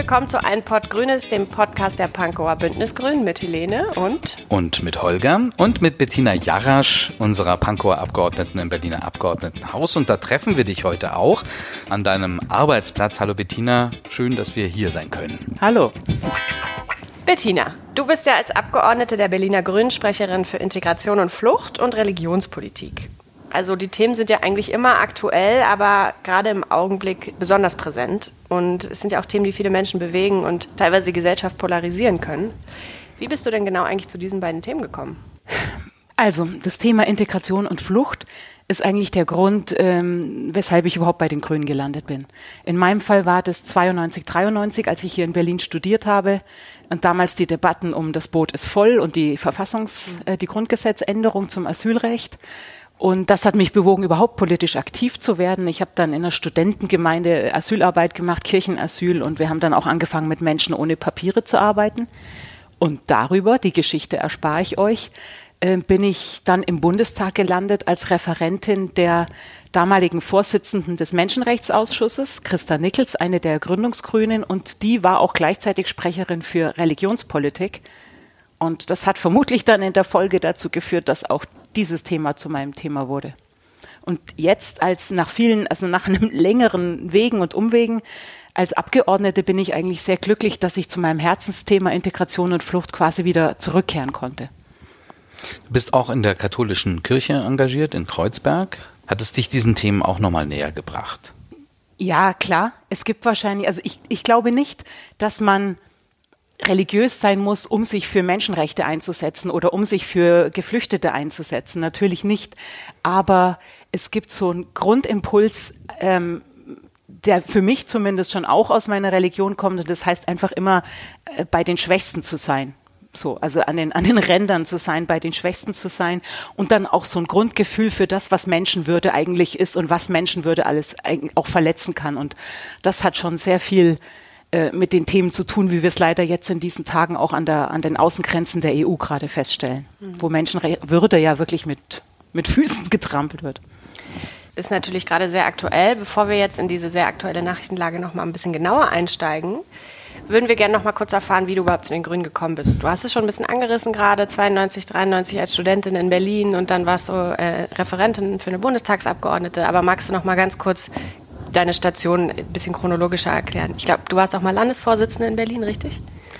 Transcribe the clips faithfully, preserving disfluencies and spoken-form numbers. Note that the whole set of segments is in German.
willkommen zu Ein Pott Grünes, dem Podcast der Pankower Bündnisgrünen mit Helene und... Und mit Holger und mit Bettina Jarasch, unserer Pankower Abgeordneten im Berliner Abgeordnetenhaus. Und da treffen wir dich heute auch an deinem Arbeitsplatz. Hallo Bettina, schön, dass wir hier sein können. Hallo. Bettina, du bist ja als Abgeordnete der Berliner Grünen Sprecherin für Integration und Flucht und Religionspolitik. Also die Themen sind ja eigentlich immer aktuell, aber gerade im Augenblick besonders präsent. Und es sind ja auch Themen, die viele Menschen bewegen und teilweise die Gesellschaft polarisieren können. Wie bist du denn genau eigentlich zu diesen beiden Themen gekommen? Also das Thema Integration und Flucht ist eigentlich der Grund, ähm, weshalb ich überhaupt bei den Grünen gelandet bin. In meinem Fall war das zweiundneunzig, dreiundneunzig, als ich hier in Berlin studiert habe und damals die Debatten um das Boot ist voll und die Verfassungs-, äh, die Grundgesetzänderung zum Asylrecht. Und das hat mich bewogen, überhaupt politisch aktiv zu werden. Ich habe dann in einer Studentengemeinde Asylarbeit gemacht, Kirchenasyl, und wir haben dann auch angefangen, mit Menschen ohne Papiere zu arbeiten. Und darüber, die Geschichte erspare ich euch, äh, bin ich dann im Bundestag gelandet als Referentin der damaligen Vorsitzenden des Menschenrechtsausschusses, Christa Nickels, eine der Gründungsgrünen, und die war auch gleichzeitig Sprecherin für Religionspolitik. Und das hat vermutlich dann in der Folge dazu geführt, dass auch dieses Thema zu meinem Thema wurde. Und jetzt, als nach vielen, also nach einem längeren Wegen und Umwegen, als Abgeordnete bin ich eigentlich sehr glücklich, dass ich zu meinem Herzensthema Integration und Flucht quasi wieder zurückkehren konnte. Du bist auch in der katholischen Kirche engagiert, in Kreuzberg. Hat es dich diesen Themen auch nochmal näher gebracht? Ja, klar. Es gibt wahrscheinlich, also ich, ich glaube nicht, dass man religiös sein muss, um sich für Menschenrechte einzusetzen oder um sich für Geflüchtete einzusetzen. Natürlich nicht. Aber es gibt so einen Grundimpuls, ähm, der für mich zumindest schon auch aus meiner Religion kommt. Und das heißt einfach immer, äh, bei den Schwächsten zu sein. So, also an den, an den Rändern zu sein, bei den Schwächsten zu sein. Und dann auch so ein Grundgefühl für das, was Menschenwürde eigentlich ist und was Menschenwürde alles auch verletzen kann. Und das hat schon sehr viel mit den Themen zu tun, wie wir es leider jetzt in diesen Tagen auch an, der, an den Außengrenzen der E U gerade feststellen, mhm. wo Menschenwürde ja wirklich mit, mit Füßen getrampelt wird. Ist natürlich gerade sehr aktuell. Bevor wir jetzt in diese sehr aktuelle Nachrichtenlage noch mal ein bisschen genauer einsteigen, würden wir gerne noch mal kurz erfahren, wie du überhaupt zu den Grünen gekommen bist. Du hast es schon ein bisschen angerissen gerade, zweiundneunzig, dreiundneunzig als Studentin in Berlin und dann warst du äh, Referentin für eine Bundestagsabgeordnete. Aber magst du noch mal ganz kurz deine Station ein bisschen chronologischer erklären? Ich glaube, du warst auch mal Landesvorsitzende in Berlin, richtig?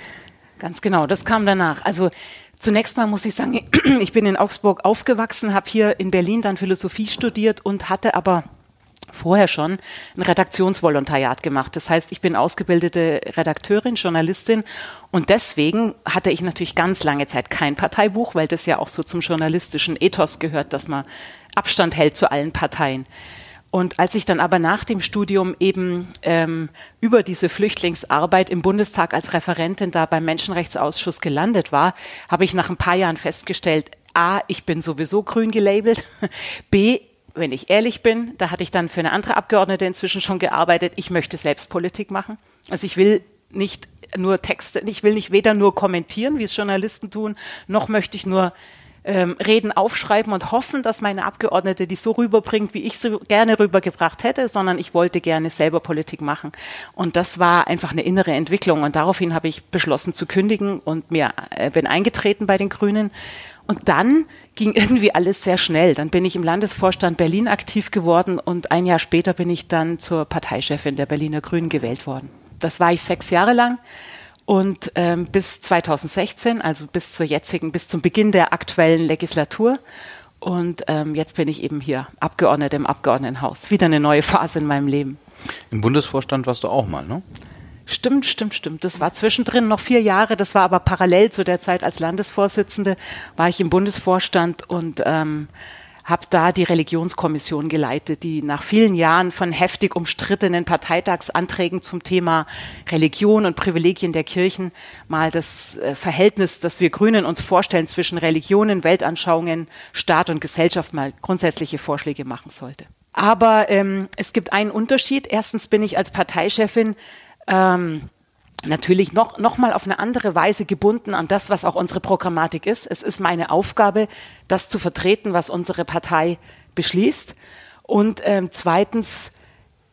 Ganz genau, das kam danach. Also zunächst mal muss ich sagen, ich bin in Augsburg aufgewachsen, habe hier in Berlin dann Philosophie studiert und hatte aber vorher schon ein Redaktionsvolontariat gemacht. Das heißt, ich bin ausgebildete Redakteurin, Journalistin, und deswegen hatte ich natürlich ganz lange Zeit kein Parteibuch, weil das ja auch so zum journalistischen Ethos gehört, dass man Abstand hält zu allen Parteien. Und als ich dann aber nach dem Studium eben ähm, über diese Flüchtlingsarbeit im Bundestag als Referentin da beim Menschenrechtsausschuss gelandet war, habe ich nach ein paar Jahren festgestellt, A, ich bin sowieso grün gelabelt, B, wenn ich ehrlich bin, da hatte ich dann für eine andere Abgeordnete inzwischen schon gearbeitet, ich möchte selbst Politik machen. Also ich will nicht nur Texte, ich will nicht weder nur kommentieren, wie es Journalisten tun, noch möchte ich nur Ähm, Reden aufschreiben und hoffen, dass meine Abgeordnete die so rüberbringt, wie ich sie gerne rübergebracht hätte, sondern ich wollte gerne selber Politik machen. Und das war einfach eine innere Entwicklung. Und daraufhin habe ich beschlossen zu kündigen und mir, äh, bin eingetreten bei den Grünen. Und dann ging irgendwie alles sehr schnell. Dann bin ich im Landesvorstand Berlin aktiv geworden und ein Jahr später bin ich dann zur Parteichefin der Berliner Grünen gewählt worden. Das war ich sechs Jahre lang. Und ähm, bis zweitausendsechzehn, also bis zur jetzigen, bis zum Beginn der aktuellen Legislatur. Und ähm, jetzt bin ich eben hier Abgeordnete im Abgeordnetenhaus. Wieder eine neue Phase in meinem Leben. Im Bundesvorstand warst du auch mal, ne? Stimmt, stimmt, stimmt. Das war zwischendrin noch vier Jahre. Das war aber parallel zu der Zeit als Landesvorsitzende, war ich im Bundesvorstand und ähm, habe da die Religionskommission geleitet, die nach vielen Jahren von heftig umstrittenen Parteitagsanträgen zum Thema Religion und Privilegien der Kirchen mal das äh, Verhältnis, das wir Grünen uns vorstellen zwischen Religionen, Weltanschauungen, Staat und Gesellschaft mal grundsätzliche Vorschläge machen sollte. Aber ähm, es gibt einen Unterschied. Erstens bin ich als Parteichefin ähm, natürlich noch, noch mal auf eine andere Weise gebunden an das, was auch unsere Programmatik ist. Es ist meine Aufgabe, das zu vertreten, was unsere Partei beschließt. Und ähm, zweitens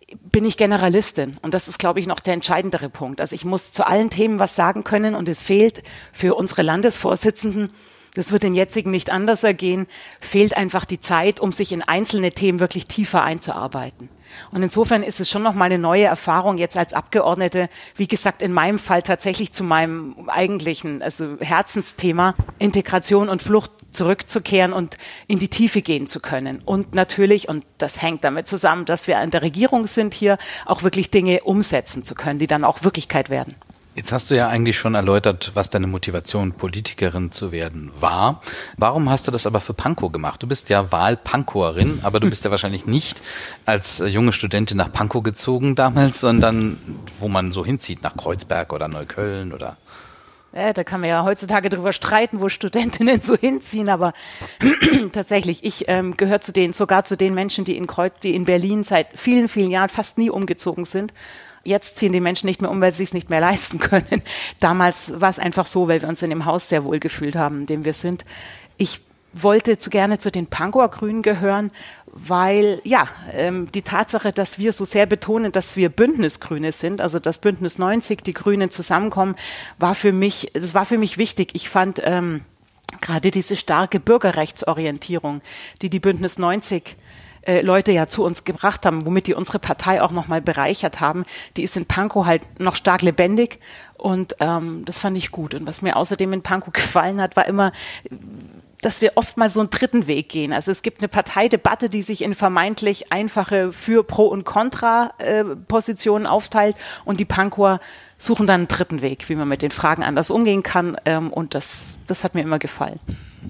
bin ich Generalistin. Und das ist, glaube ich, noch der entscheidendere Punkt. Also ich muss zu allen Themen was sagen können und es fehlt für unsere Landesvorsitzenden, das wird den jetzigen nicht anders ergehen, fehlt einfach die Zeit, um sich in einzelne Themen wirklich tiefer einzuarbeiten. Und insofern ist es schon nochmal eine neue Erfahrung jetzt als Abgeordnete, wie gesagt, in meinem Fall tatsächlich zu meinem eigentlichen, also Herzensthema Integration und Flucht zurückzukehren und in die Tiefe gehen zu können. Und natürlich, und das hängt damit zusammen, dass wir in der Regierung sind hier, auch wirklich Dinge umsetzen zu können, die dann auch Wirklichkeit werden. Jetzt hast du ja eigentlich schon erläutert, was deine Motivation, Politikerin zu werden, war. Warum hast du das aber für Pankow gemacht? Du bist ja Wahl-Pankowerin, aber du bist ja wahrscheinlich nicht als junge Studentin nach Pankow gezogen damals, sondern wo man so hinzieht, nach Kreuzberg oder Neukölln oder... Ja, da kann man ja heutzutage drüber streiten, wo Studentinnen so hinziehen, aber tatsächlich, ich ähm, gehöre zu denen, sogar zu den Menschen, die in Kreuz, die in Berlin seit vielen, vielen Jahren fast nie umgezogen sind. Jetzt ziehen die Menschen nicht mehr um, weil sie es nicht mehr leisten können. Damals war es einfach so, weil wir uns in dem Haus sehr wohl gefühlt haben, in dem wir sind. Ich wollte zu gerne zu den Pankower Grünen gehören, weil ja ähm, die Tatsache, dass wir so sehr betonen, dass wir Bündnisgrüne sind, also dass Bündnis neunzig, die Grünen zusammenkommen, war für mich, das war für mich wichtig. Ich fand ähm, gerade diese starke Bürgerrechtsorientierung, die die Bündnis neunzig Leute ja zu uns gebracht haben, womit die unsere Partei auch nochmal bereichert haben, die ist in Pankow halt noch stark lebendig und ähm, das fand ich gut. Und was mir außerdem in Pankow gefallen hat, war immer, dass wir oft mal so einen dritten Weg gehen. Also es gibt eine Parteidebatte, die sich in vermeintlich einfache Für-, Pro- und Kontra-Positionen aufteilt und die Pankower suchen dann einen dritten Weg, wie man mit den Fragen anders umgehen kann ähm, und das, das hat mir immer gefallen.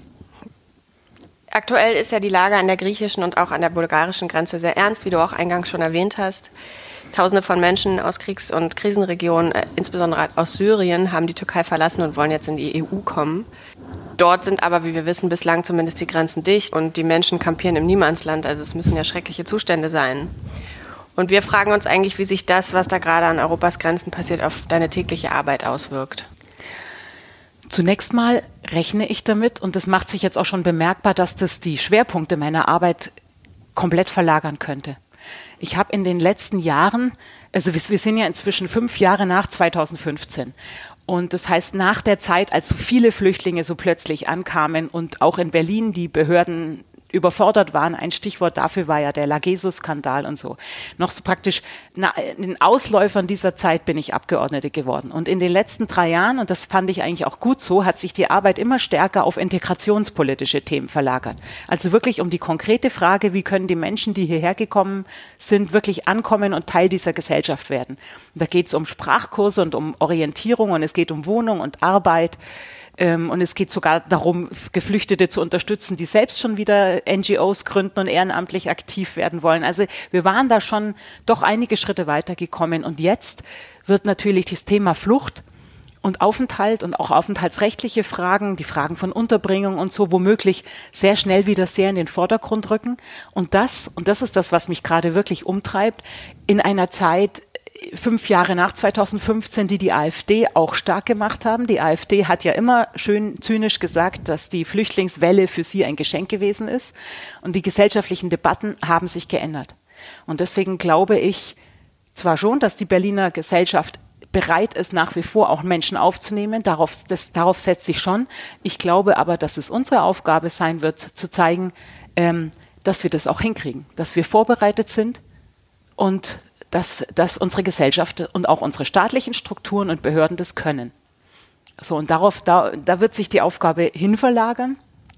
Aktuell ist ja die Lage an der griechischen und auch an der bulgarischen Grenze sehr ernst, wie du auch eingangs schon erwähnt hast. Tausende von Menschen aus Kriegs- und Krisenregionen, äh, insbesondere aus Syrien, haben die Türkei verlassen und wollen jetzt in die E U kommen. Dort sind aber, wie wir wissen, bislang zumindest die Grenzen dicht und die Menschen kampieren im Niemandsland. Also es müssen ja schreckliche Zustände sein. Und wir fragen uns eigentlich, wie sich das, was da gerade an Europas Grenzen passiert, auf deine tägliche Arbeit auswirkt. Zunächst mal rechne ich damit, und das macht sich jetzt auch schon bemerkbar, dass das die Schwerpunkte meiner Arbeit komplett verlagern könnte. Ich habe in den letzten Jahren, also wir, wir sind ja inzwischen fünf Jahre nach zweitausendfünfzehn. Und das heißt, nach der Zeit, als so viele Flüchtlinge so plötzlich ankamen und auch in Berlin die Behörden überfordert waren. Ein Stichwort dafür war ja der Lageso-Skandal und so. Noch so praktisch na, in den Ausläufern dieser Zeit bin ich Abgeordnete geworden. Und in den letzten drei Jahren, und das fand ich eigentlich auch gut so, hat sich die Arbeit immer stärker auf integrationspolitische Themen verlagert. Also wirklich um die konkrete Frage, wie können die Menschen, die hierher gekommen sind, wirklich ankommen und Teil dieser Gesellschaft werden. Und da geht es um Sprachkurse und um Orientierung und es geht um Wohnung und Arbeit. Und es geht sogar darum, Geflüchtete zu unterstützen, die selbst schon wieder N G Os gründen und ehrenamtlich aktiv werden wollen. Also wir waren da schon doch einige Schritte weitergekommen. Und jetzt wird natürlich das Thema Flucht und Aufenthalt und auch aufenthaltsrechtliche Fragen, die Fragen von Unterbringung und so womöglich sehr schnell wieder sehr in den Vordergrund rücken. Und das, und das ist das, was mich gerade wirklich umtreibt, in einer Zeit, fünf Jahre nach zweitausendfünfzehn, die die AfD auch stark gemacht haben. Die AfD hat ja immer schön zynisch gesagt, dass die Flüchtlingswelle für sie ein Geschenk gewesen ist. Und die gesellschaftlichen Debatten haben sich geändert. Und deswegen glaube ich zwar schon, dass die Berliner Gesellschaft bereit ist, nach wie vor auch Menschen aufzunehmen. Darauf, das, darauf setzt sich schon. Ich glaube aber, dass es unsere Aufgabe sein wird, zu zeigen, ähm, dass wir das auch hinkriegen, dass wir vorbereitet sind und Dass, dass unsere Gesellschaft und auch unsere staatlichen Strukturen und Behörden das können. So, und darauf, da, da wird sich die Aufgabe hinverlagern.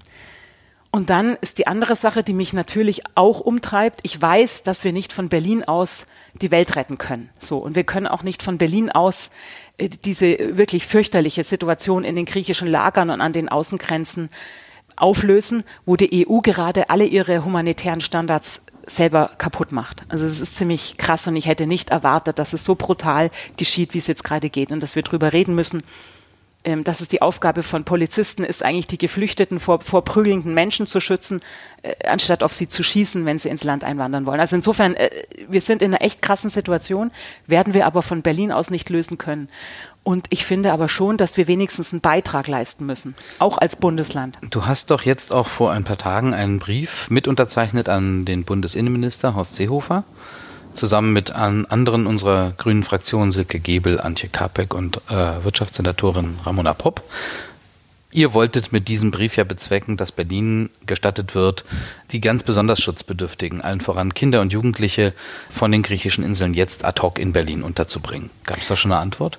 Und dann ist die andere Sache, die mich natürlich auch umtreibt. Ich weiß, dass wir nicht von Berlin aus die Welt retten können. So, und wir können auch nicht von Berlin aus äh, diese wirklich fürchterliche Situation in den griechischen Lagern und an den Außengrenzen auflösen, wo die E U gerade alle ihre humanitären Standards selber kaputt macht. Also es ist ziemlich krass und ich hätte nicht erwartet, dass es so brutal geschieht, wie es jetzt gerade geht und dass wir drüber reden müssen, ähm, dass es die Aufgabe von Polizisten ist, eigentlich die Geflüchteten vor, vor prügelnden Menschen zu schützen, äh, anstatt auf sie zu schießen, wenn sie ins Land einwandern wollen. Also insofern, äh, wir sind in einer echt krassen Situation, werden wir aber von Berlin aus nicht lösen können. Und ich finde aber schon, dass wir wenigstens einen Beitrag leisten müssen, auch als Bundesland. Du hast doch jetzt auch vor ein paar Tagen einen Brief mit unterzeichnet an den Bundesinnenminister Horst Seehofer. zusammen mit an anderen unserer grünen Fraktion, Silke Gebel, Antje Kapek und äh, Wirtschaftssenatorin Ramona Popp. Ihr wolltet mit diesem Brief ja bezwecken, dass Berlin gestattet wird, die ganz besonders Schutzbedürftigen, allen voran Kinder und Jugendliche, von den griechischen Inseln jetzt ad hoc in Berlin unterzubringen. Gab es da schon eine Antwort?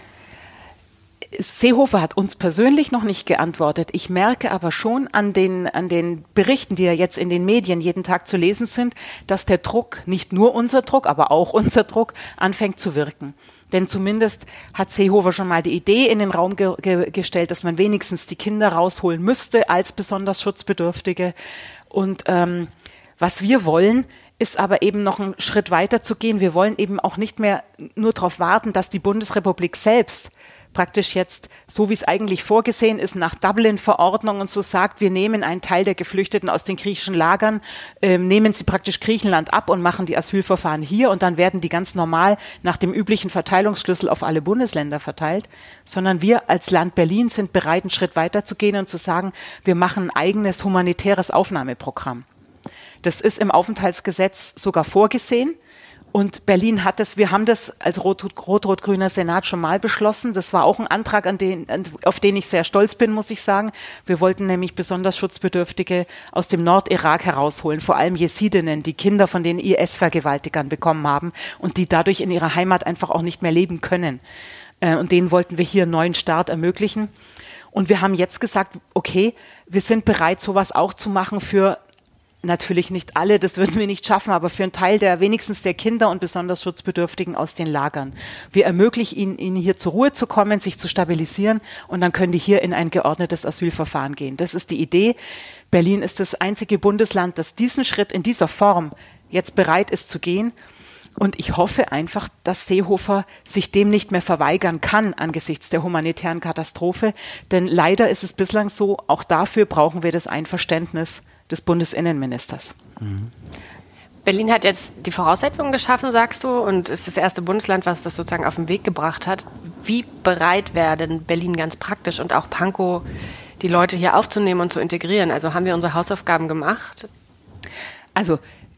Seehofer hat uns persönlich noch nicht geantwortet. Ich merke aber schon an den, an den Berichten, die ja jetzt in den Medien jeden Tag zu lesen sind, dass der Druck, nicht nur unser Druck, aber auch unser Druck, anfängt zu wirken. Denn zumindest hat Seehofer schon mal die Idee in den Raum ge- ge- gestellt, dass man wenigstens die Kinder rausholen müsste als besonders Schutzbedürftige. Und ähm, was wir wollen, ist aber eben noch einen Schritt weiter zu gehen. Wir wollen eben auch nicht mehr nur darauf warten, dass die Bundesrepublik selbst praktisch jetzt, so wie es eigentlich vorgesehen ist, nach Dublin-Verordnung und so sagt, wir nehmen einen Teil der Geflüchteten aus den griechischen Lagern, äh, nehmen sie praktisch Griechenland ab und machen die Asylverfahren hier und dann werden die ganz normal nach dem üblichen Verteilungsschlüssel auf alle Bundesländer verteilt, sondern wir als Land Berlin sind bereit, einen Schritt weiter zu gehen und zu sagen, wir machen ein eigenes humanitäres Aufnahmeprogramm. Das ist im Aufenthaltsgesetz sogar vorgesehen. Und Berlin hat das, wir haben das als rot-rot-grüner Senat schon mal beschlossen. Das war auch ein Antrag, an den, auf den ich sehr stolz bin, muss ich sagen. Wir wollten nämlich besonders Schutzbedürftige aus dem Nordirak herausholen, vor allem Jesidinnen, die Kinder von den I S-Vergewaltigern bekommen haben und die dadurch in ihrer Heimat einfach auch nicht mehr leben können. Und denen wollten wir hier einen neuen Start ermöglichen. Und wir haben jetzt gesagt, okay, wir sind bereit, sowas auch zu machen für natürlich nicht alle, das würden wir nicht schaffen, aber für einen Teil der wenigstens der Kinder und besonders Schutzbedürftigen aus den Lagern. Wir ermöglichen ihnen, ihnen hier zur Ruhe zu kommen, sich zu stabilisieren und dann können die hier in ein geordnetes Asylverfahren gehen. Das ist die Idee. Berlin ist das einzige Bundesland, das diesen Schritt in dieser Form jetzt bereit ist zu gehen. Und ich hoffe einfach, dass Seehofer sich dem nicht mehr verweigern kann angesichts der humanitären Katastrophe. Denn leider ist es bislang so, auch dafür brauchen wir das Einverständnis des Bundesinnenministers. Mhm. Berlin hat jetzt die Voraussetzungen geschaffen, sagst du, und ist das erste Bundesland, was das sozusagen auf den Weg gebracht hat. Wie bereit wäre denn Berlin ganz praktisch und auch Pankow, die Leute hier aufzunehmen und zu integrieren? Also haben wir unsere Hausaufgaben gemacht? Also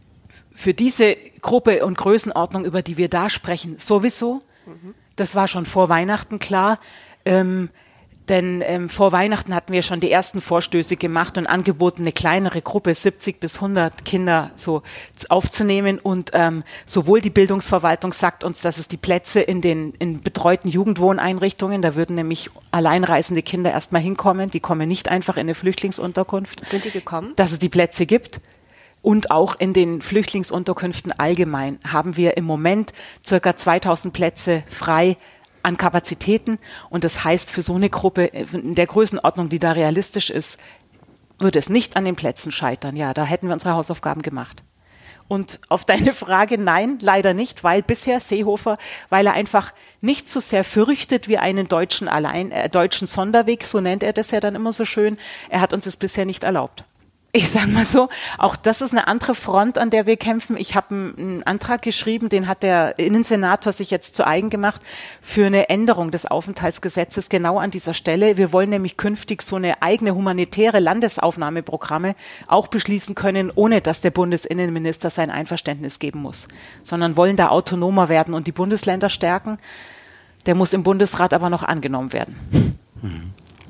für diese Gruppe und Größenordnung, über die wir da sprechen, sowieso. Mhm. Das war schon vor Weihnachten klar. Ähm, Denn ähm, vor Weihnachten hatten wir schon die ersten Vorstöße gemacht und angeboten, eine kleinere Gruppe, siebzig bis hundert Kinder so aufzunehmen. Und ähm, sowohl die Bildungsverwaltung sagt uns, dass es die Plätze in den in betreuten Jugendwohneinrichtungen, da würden nämlich alleinreisende Kinder erstmal hinkommen, die kommen nicht einfach in eine Flüchtlingsunterkunft. Sind die gekommen? Dass es die Plätze gibt. Und auch in den Flüchtlingsunterkünften allgemein haben wir im Moment circa zweitausend Plätze frei an Kapazitäten und das heißt, für so eine Gruppe in der Größenordnung, die da realistisch ist, würde es nicht an den Plätzen scheitern. Ja, da hätten wir unsere Hausaufgaben gemacht. Und auf deine Frage, nein, leider nicht, weil bisher Seehofer, weil er einfach nicht so sehr fürchtet wie einen deutschen, allein, äh, deutschen Sonderweg, so nennt er das ja dann immer so schön, er hat uns das bisher nicht erlaubt. Ich sage mal so, auch das ist eine andere Front, an der wir kämpfen. Ich habe einen Antrag geschrieben, den hat der Innensenator sich jetzt zu eigen gemacht, für eine Änderung des Aufenthaltsgesetzes genau an dieser Stelle. Wir wollen nämlich künftig so eine eigene humanitäre Landesaufnahmeprogramme auch beschließen können, ohne dass der Bundesinnenminister sein Einverständnis geben muss, sondern wollen da autonomer werden und die Bundesländer stärken. Der muss im Bundesrat aber noch angenommen werden. Mhm.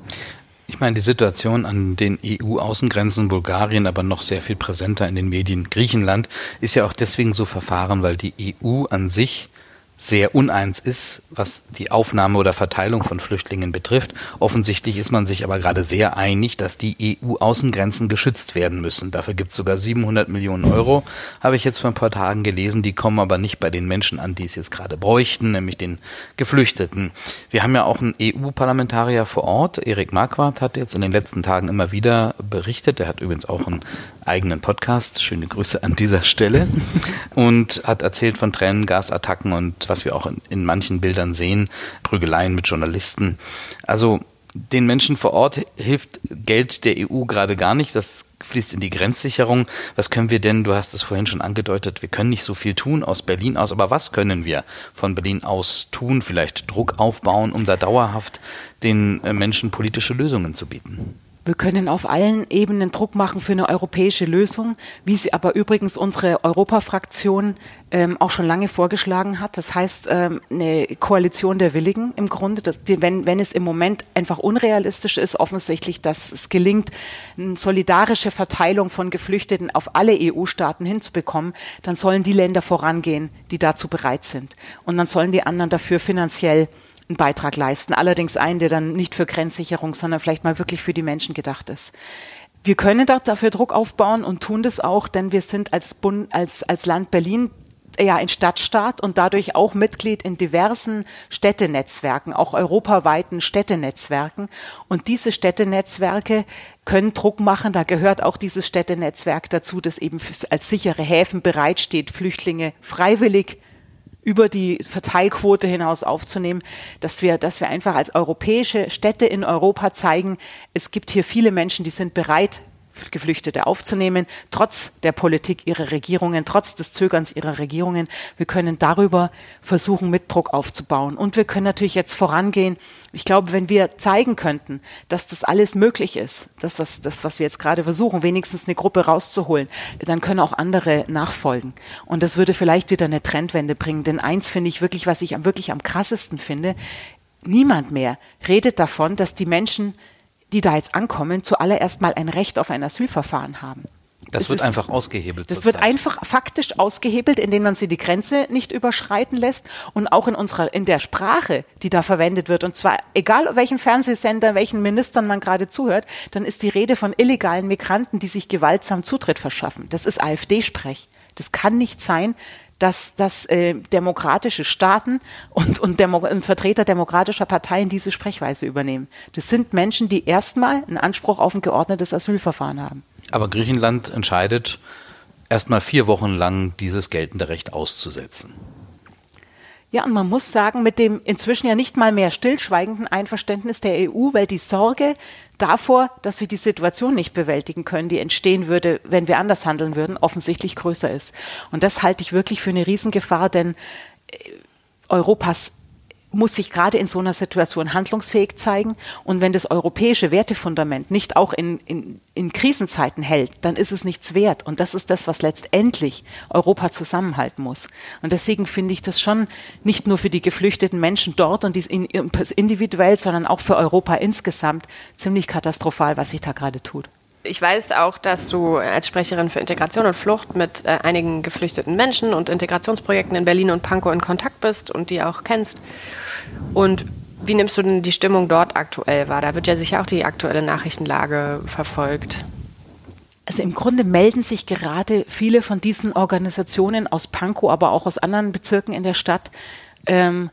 Ich meine, die Situation an den E U-Außengrenzen, Bulgarien, aber noch sehr viel präsenter in den Medien, Griechenland, ist ja auch deswegen so verfahren, weil die E U an sich sehr uneins ist, was die Aufnahme oder Verteilung von Flüchtlingen betrifft. Offensichtlich ist man sich aber gerade sehr einig, dass die E U-Außengrenzen geschützt werden müssen. Dafür gibt es sogar siebenhundert Millionen Euro, habe ich jetzt vor ein paar Tagen gelesen. Die kommen aber nicht bei den Menschen an, die es jetzt gerade bräuchten, nämlich den Geflüchteten. Wir haben ja auch einen E U-Parlamentarier vor Ort. Erik Marquardt hat jetzt in den letzten Tagen immer wieder berichtet. Er hat übrigens auch einen eigenen Podcast. Schöne Grüße an dieser Stelle. Und hat erzählt von Tränengasattacken und was wir auch in, in manchen Bildern sehen, Prügeleien mit Journalisten. Also den Menschen vor Ort hilft Geld der E U gerade gar nicht. Das fließt in die Grenzsicherung. Was können wir denn, du hast es vorhin schon angedeutet, wir können nicht so viel tun aus Berlin aus, aber was können wir von Berlin aus tun? Vielleicht Druck aufbauen, um da dauerhaft den Menschen politische Lösungen zu bieten? Wir können auf allen Ebenen Druck machen für eine europäische Lösung, wie sie aber übrigens unsere Europafraktion ähm, auch schon lange vorgeschlagen hat. Das heißt, ähm, eine Koalition der Willigen im Grunde, dass die, wenn, wenn es im Moment einfach unrealistisch ist, offensichtlich, dass es gelingt, eine solidarische Verteilung von Geflüchteten auf alle E U-Staaten hinzubekommen, dann sollen die Länder vorangehen, die dazu bereit sind. Und dann sollen die anderen dafür finanziell einen Beitrag leisten. Allerdings einen, der dann nicht für Grenzsicherung, sondern vielleicht mal wirklich für die Menschen gedacht ist. Wir können dafür Druck aufbauen und tun das auch, denn wir sind als Bund, als, als Land Berlin ja ein Stadtstaat und dadurch auch Mitglied in diversen Städtenetzwerken, auch europaweiten Städtenetzwerken. Und diese Städtenetzwerke können Druck machen. Da gehört auch dieses Städtenetzwerk dazu, das eben als sichere Häfen bereitsteht, Flüchtlinge freiwillig über die Verteilquote hinaus aufzunehmen, dass wir, dass wir einfach als europäische Städte in Europa zeigen, es gibt hier viele Menschen, die sind bereit, Geflüchtete aufzunehmen, trotz der Politik ihrer Regierungen, trotz des Zögerns ihrer Regierungen. Wir können darüber versuchen, mit Druck aufzubauen. Und wir können natürlich jetzt vorangehen. Ich glaube, wenn wir zeigen könnten, dass das alles möglich ist, das, was, das, was wir jetzt gerade versuchen, wenigstens eine Gruppe rauszuholen, dann können auch andere nachfolgen. Und das würde vielleicht wieder eine Trendwende bringen. Denn eins finde ich wirklich, was ich am, wirklich am krassesten finde, niemand mehr redet davon, dass die Menschen, die da jetzt ankommen, zuallererst mal ein Recht auf ein Asylverfahren haben. Das es wird ist, einfach ausgehebelt. Das wird einfach faktisch ausgehebelt, indem man sie die Grenze nicht überschreiten lässt und auch in unserer, in der Sprache, die da verwendet wird. Und zwar, egal welchen Fernsehsender, welchen Ministern man gerade zuhört, dann ist die Rede von illegalen Migranten, die sich gewaltsam Zutritt verschaffen. Das ist AfD-Sprech. Das kann nicht sein, dass, dass äh, demokratische Staaten und, und, Demo- und Vertreter demokratischer Parteien diese Sprechweise übernehmen. Das sind Menschen, die erstmal einen Anspruch auf ein geordnetes Asylverfahren haben. Aber Griechenland entscheidet, erstmal vier Wochen lang dieses geltende Recht auszusetzen. Ja, und man muss sagen, mit dem inzwischen ja nicht mal mehr stillschweigenden Einverständnis der E U, weil die Sorge davor, dass wir die Situation nicht bewältigen können, die entstehen würde, wenn wir anders handeln würden, offensichtlich größer ist. Und das halte ich wirklich für eine Riesengefahr, denn Europas muss sich gerade in so einer Situation handlungsfähig zeigen. Und wenn das europäische Wertefundament nicht auch in, in, in Krisenzeiten hält, dann ist es nichts wert. Und das ist das, was letztendlich Europa zusammenhalten muss. Und deswegen finde ich das schon nicht nur für die geflüchteten Menschen dort und dies in, individuell, sondern auch für Europa insgesamt ziemlich katastrophal, was sich da gerade tut. Ich weiß auch, dass du als Sprecherin für Integration und Flucht mit äh, einigen geflüchteten Menschen und Integrationsprojekten in Berlin und Pankow in Kontakt bist und die auch kennst. Und wie nimmst du denn die Stimmung dort aktuell wahr? Da wird ja sicher auch die aktuelle Nachrichtenlage verfolgt. Also im Grunde melden sich gerade viele von diesen Organisationen aus Pankow, aber auch aus anderen Bezirken in der Stadt ähm,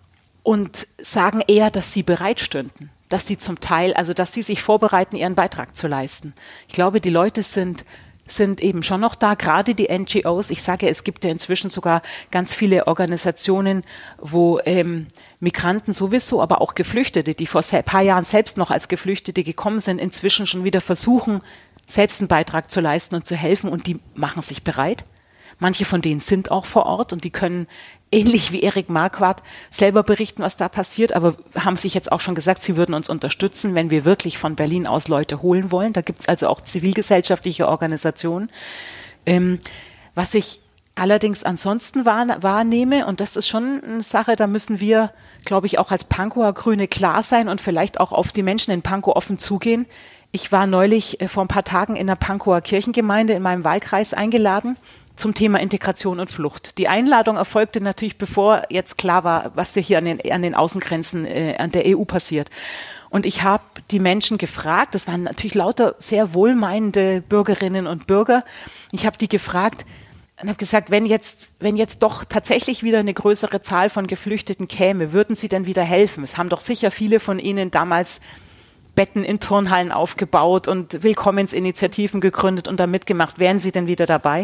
und sagen eher, dass sie bereit stünden. Dass sie zum Teil, also dass sie sich vorbereiten, ihren Beitrag zu leisten. Ich glaube, die Leute sind, sind eben schon noch da, gerade die N G Os. Ich sage, es gibt ja inzwischen sogar ganz viele Organisationen, wo ähm, Migranten sowieso, aber auch Geflüchtete, die vor ein paar Jahren selbst noch als Geflüchtete gekommen sind, inzwischen schon wieder versuchen, selbst einen Beitrag zu leisten und zu helfen, und die machen sich bereit. Manche von denen sind auch vor Ort und die können ähnlich wie Erik Marquardt selber berichten, was da passiert, aber haben sich jetzt auch schon gesagt, sie würden uns unterstützen, wenn wir wirklich von Berlin aus Leute holen wollen. Da gibt es also auch zivilgesellschaftliche Organisationen. Ähm, was ich allerdings ansonsten wahr, wahrnehme, und das ist schon eine Sache, da müssen wir, glaube ich, auch als Pankower Grüne klar sein und vielleicht auch auf die Menschen in Pankow offen zugehen. Ich war neulich äh, vor ein paar Tagen in der Pankower Kirchengemeinde in meinem Wahlkreis eingeladen zum Thema Integration und Flucht. Die Einladung erfolgte natürlich, bevor jetzt klar war, was hier an den, an den Außengrenzen äh, an der E U passiert. Und ich habe die Menschen gefragt, das waren natürlich lauter sehr wohlmeinende Bürgerinnen und Bürger, ich habe die gefragt und habe gesagt, wenn jetzt, wenn jetzt doch tatsächlich wieder eine größere Zahl von Geflüchteten käme, würden sie denn wieder helfen? Es haben doch sicher viele von ihnen damals Betten in Turnhallen aufgebaut und Willkommensinitiativen gegründet und da mitgemacht. Wären sie denn wieder dabei?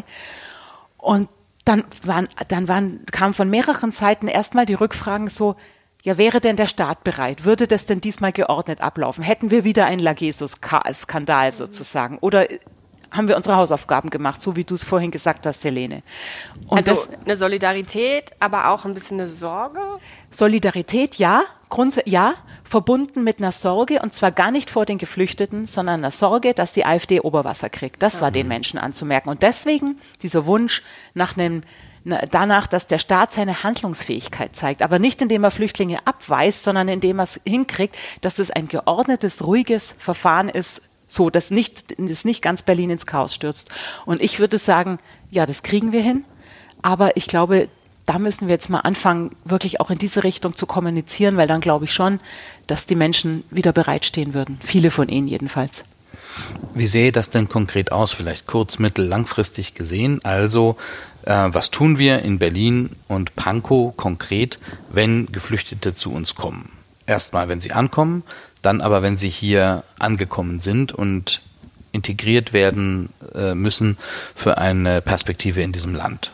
Und dann, waren, dann waren, kamen von mehreren Seiten erstmal die Rückfragen so, ja, wäre denn der Staat bereit? Würde das denn diesmal geordnet ablaufen? Hätten wir wieder einen Lageso-Skandal sozusagen? Oder haben wir unsere Hausaufgaben gemacht, so wie du es vorhin gesagt hast, Helene. Und also das, eine Solidarität, aber auch ein bisschen eine Sorge? Solidarität, ja, Grund, ja, verbunden mit einer Sorge, und zwar gar nicht vor den Geflüchteten, sondern einer Sorge, dass die AfD Oberwasser kriegt. Das war den Menschen anzumerken. Und deswegen dieser Wunsch nach einem, danach, dass der Staat seine Handlungsfähigkeit zeigt, aber nicht indem er Flüchtlinge abweist, sondern indem er es hinkriegt, dass es ein geordnetes, ruhiges Verfahren ist, so, dass nicht, dass nicht ganz Berlin ins Chaos stürzt. Und ich würde sagen, ja, das kriegen wir hin, aber ich glaube, da müssen wir jetzt mal anfangen, wirklich auch in diese Richtung zu kommunizieren, weil dann glaube ich schon, dass die Menschen wieder bereitstehen würden. Viele von ihnen jedenfalls. Wie sähe das denn konkret aus, vielleicht kurz-, mittel-, langfristig gesehen? Also, äh, was tun wir in Berlin und Pankow konkret, wenn Geflüchtete zu uns kommen? Erstmal, wenn sie ankommen, dann aber, wenn sie hier angekommen sind und integriert werden äh, müssen für eine Perspektive in diesem Land.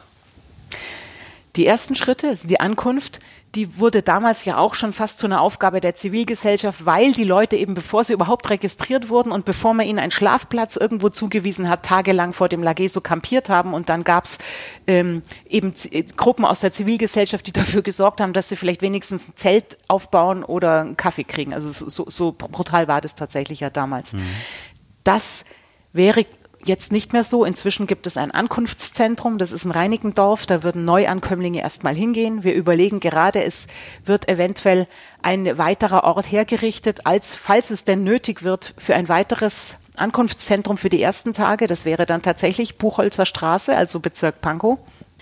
Die ersten Schritte, also die Ankunft, die wurde damals ja auch schon fast zu einer Aufgabe der Zivilgesellschaft, weil die Leute eben, bevor sie überhaupt registriert wurden und bevor man ihnen einen Schlafplatz irgendwo zugewiesen hat, tagelang vor dem Lageso kampiert haben, und dann gab es ähm, eben Z- Gruppen aus der Zivilgesellschaft, die dafür gesorgt haben, dass sie vielleicht wenigstens ein Zelt aufbauen oder einen Kaffee kriegen. Also so, so, so brutal war das tatsächlich ja damals. Mhm. Das wäre jetzt nicht mehr so. Inzwischen gibt es ein Ankunftszentrum, das ist in Reinickendorf, da würden Neuankömmlinge erstmal hingehen. Wir überlegen gerade, es wird eventuell ein weiterer Ort hergerichtet, als, falls es denn nötig wird, für ein weiteres Ankunftszentrum für die ersten Tage. Das wäre dann tatsächlich Buchholzer Straße, also Bezirk Pankow.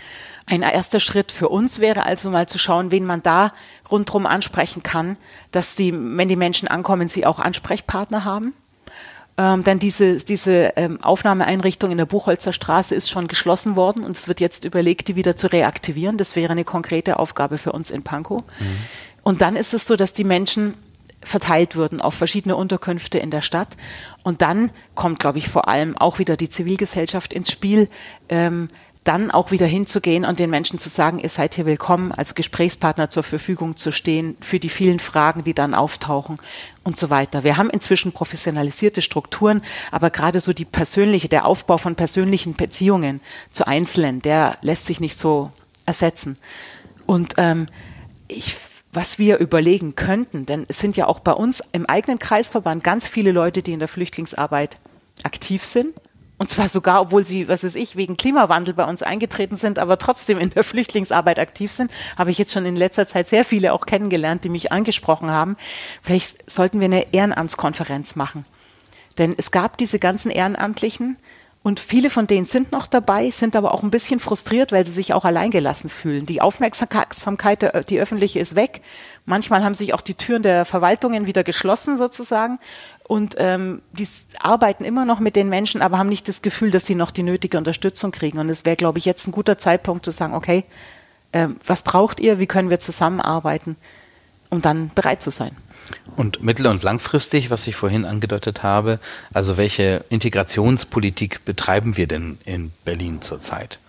Ein erster Schritt für uns wäre also mal zu schauen, wen man da rundherum ansprechen kann, dass die, wenn die Menschen ankommen, sie auch Ansprechpartner haben. Ähm, denn diese, diese ähm, Aufnahmeeinrichtung in der Buchholzer Straße ist schon geschlossen worden und es wird jetzt überlegt, die wieder zu reaktivieren. Das wäre eine konkrete Aufgabe für uns in Pankow. Mhm. Und dann ist es so, dass die Menschen verteilt würden auf verschiedene Unterkünfte in der Stadt. Und dann kommt, glaube ich, vor allem auch wieder die Zivilgesellschaft ins Spiel, ähm, dann auch wieder hinzugehen und den Menschen zu sagen, ihr seid hier willkommen, als Gesprächspartner zur Verfügung zu stehen für die vielen Fragen, die dann auftauchen und so weiter. Wir haben inzwischen professionalisierte Strukturen, aber gerade so die persönliche, der Aufbau von persönlichen Beziehungen zu Einzelnen, der lässt sich nicht so ersetzen. Und ähm, ich was wir überlegen könnten, denn es sind ja auch bei uns im eigenen Kreisverband ganz viele Leute, die in der Flüchtlingsarbeit aktiv sind. Und zwar sogar, obwohl sie, was weiß ich, wegen Klimawandel bei uns eingetreten sind, aber trotzdem in der Flüchtlingsarbeit aktiv sind, habe ich jetzt schon in letzter Zeit sehr viele auch kennengelernt, die mich angesprochen haben. Vielleicht sollten wir eine Ehrenamtskonferenz machen. Denn es gab diese ganzen Ehrenamtlichen und viele von denen sind noch dabei, sind aber auch ein bisschen frustriert, weil sie sich auch alleingelassen fühlen. Die Aufmerksamkeit, die öffentliche, ist weg. Manchmal haben sich auch die Türen der Verwaltungen wieder geschlossen sozusagen. Und ähm, die arbeiten immer noch mit den Menschen, aber haben nicht das Gefühl, dass sie noch die nötige Unterstützung kriegen. Und es wäre, glaube ich, jetzt ein guter Zeitpunkt zu sagen, okay, ähm, was braucht ihr, wie können wir zusammenarbeiten, um dann bereit zu sein. Und mittel- und langfristig, was ich vorhin angedeutet habe, also welche Integrationspolitik betreiben wir denn in Berlin zurzeit?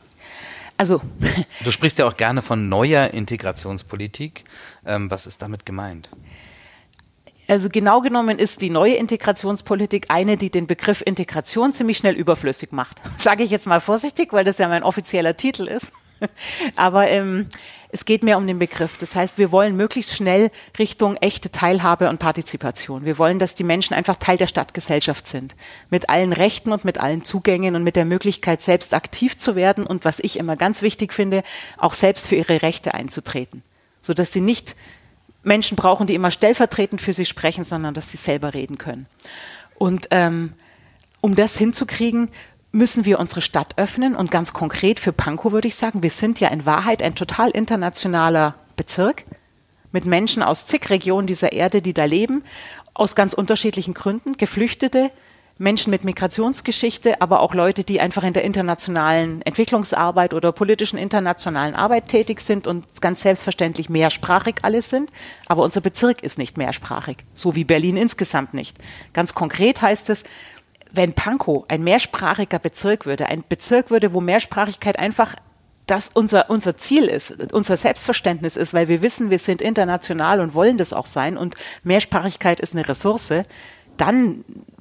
Also, du sprichst ja auch gerne von neuer Integrationspolitik. Ähm, was ist damit gemeint? Also genau genommen ist die neue Integrationspolitik eine, die den Begriff Integration ziemlich schnell überflüssig macht. Sage ich jetzt mal vorsichtig, weil das ja mein offizieller Titel ist. Aber ähm, es geht mehr um den Begriff. Das heißt, wir wollen möglichst schnell Richtung echte Teilhabe und Partizipation. Wir wollen, dass die Menschen einfach Teil der Stadtgesellschaft sind. Mit allen Rechten und mit allen Zugängen und mit der Möglichkeit, selbst aktiv zu werden und, was ich immer ganz wichtig finde, auch selbst für ihre Rechte einzutreten. Sodass sie nicht Menschen brauchen, die immer stellvertretend für sie sprechen, sondern dass sie selber reden können. Und ähm, um das hinzukriegen, müssen wir unsere Stadt öffnen und ganz konkret für Pankow würde ich sagen, wir sind ja in Wahrheit ein total internationaler Bezirk mit Menschen aus zig Regionen dieser Erde, die da leben, aus ganz unterschiedlichen Gründen, Geflüchtete, Menschen mit Migrationsgeschichte, aber auch Leute, die einfach in der internationalen Entwicklungsarbeit oder politischen internationalen Arbeit tätig sind und ganz selbstverständlich mehrsprachig alles sind. Aber unser Bezirk ist nicht mehrsprachig, so wie Berlin insgesamt nicht. Ganz konkret heißt es, wenn Pankow ein mehrsprachiger Bezirk würde, ein Bezirk würde, wo Mehrsprachigkeit einfach das unser, unser Ziel ist, unser Selbstverständnis ist, weil wir wissen, wir sind international und wollen das auch sein und Mehrsprachigkeit ist eine Ressource, dann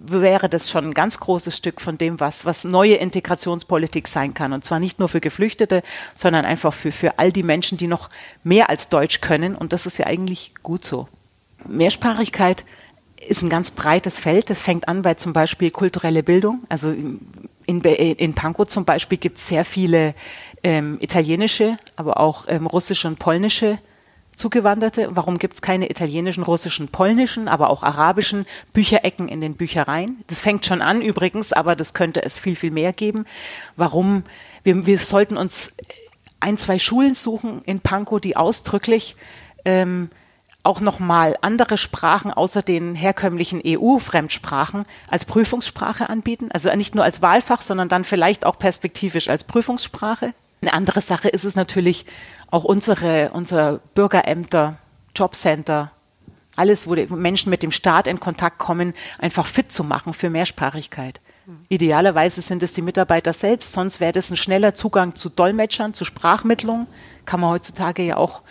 wäre das schon ein ganz großes Stück von dem, was, was neue Integrationspolitik sein kann. Und zwar nicht nur für Geflüchtete, sondern einfach für, für all die Menschen, die noch mehr als Deutsch können. Und das ist ja eigentlich gut so. Mehrsprachigkeit ist ein ganz breites Feld. Das fängt an bei zum Beispiel kulturelle Bildung. Also in, in Pankow zum Beispiel gibt es sehr viele ähm, italienische, aber auch ähm, russische und polnische Zugewanderte. Warum gibt es keine italienischen, russischen, polnischen, aber auch arabischen Bücherecken in den Büchereien? Das fängt schon an übrigens, aber das könnte es viel, viel mehr geben. Warum? Wir, wir sollten uns ein, zwei Schulen suchen in Pankow, die ausdrücklich ähm, auch nochmal andere Sprachen außer den herkömmlichen E U-Fremdsprachen als Prüfungssprache anbieten. Also nicht nur als Wahlfach, sondern dann vielleicht auch perspektivisch als Prüfungssprache. Eine andere Sache ist es natürlich auch unsere, unsere Bürgerämter, Jobcenter, alles, wo die Menschen mit dem Staat in Kontakt kommen, einfach fit zu machen für Mehrsprachigkeit. Mhm. Idealerweise sind es die Mitarbeiter selbst, sonst wäre das ein schneller Zugang zu Dolmetschern, zu Sprachmittlung. Kann man heutzutage ja auch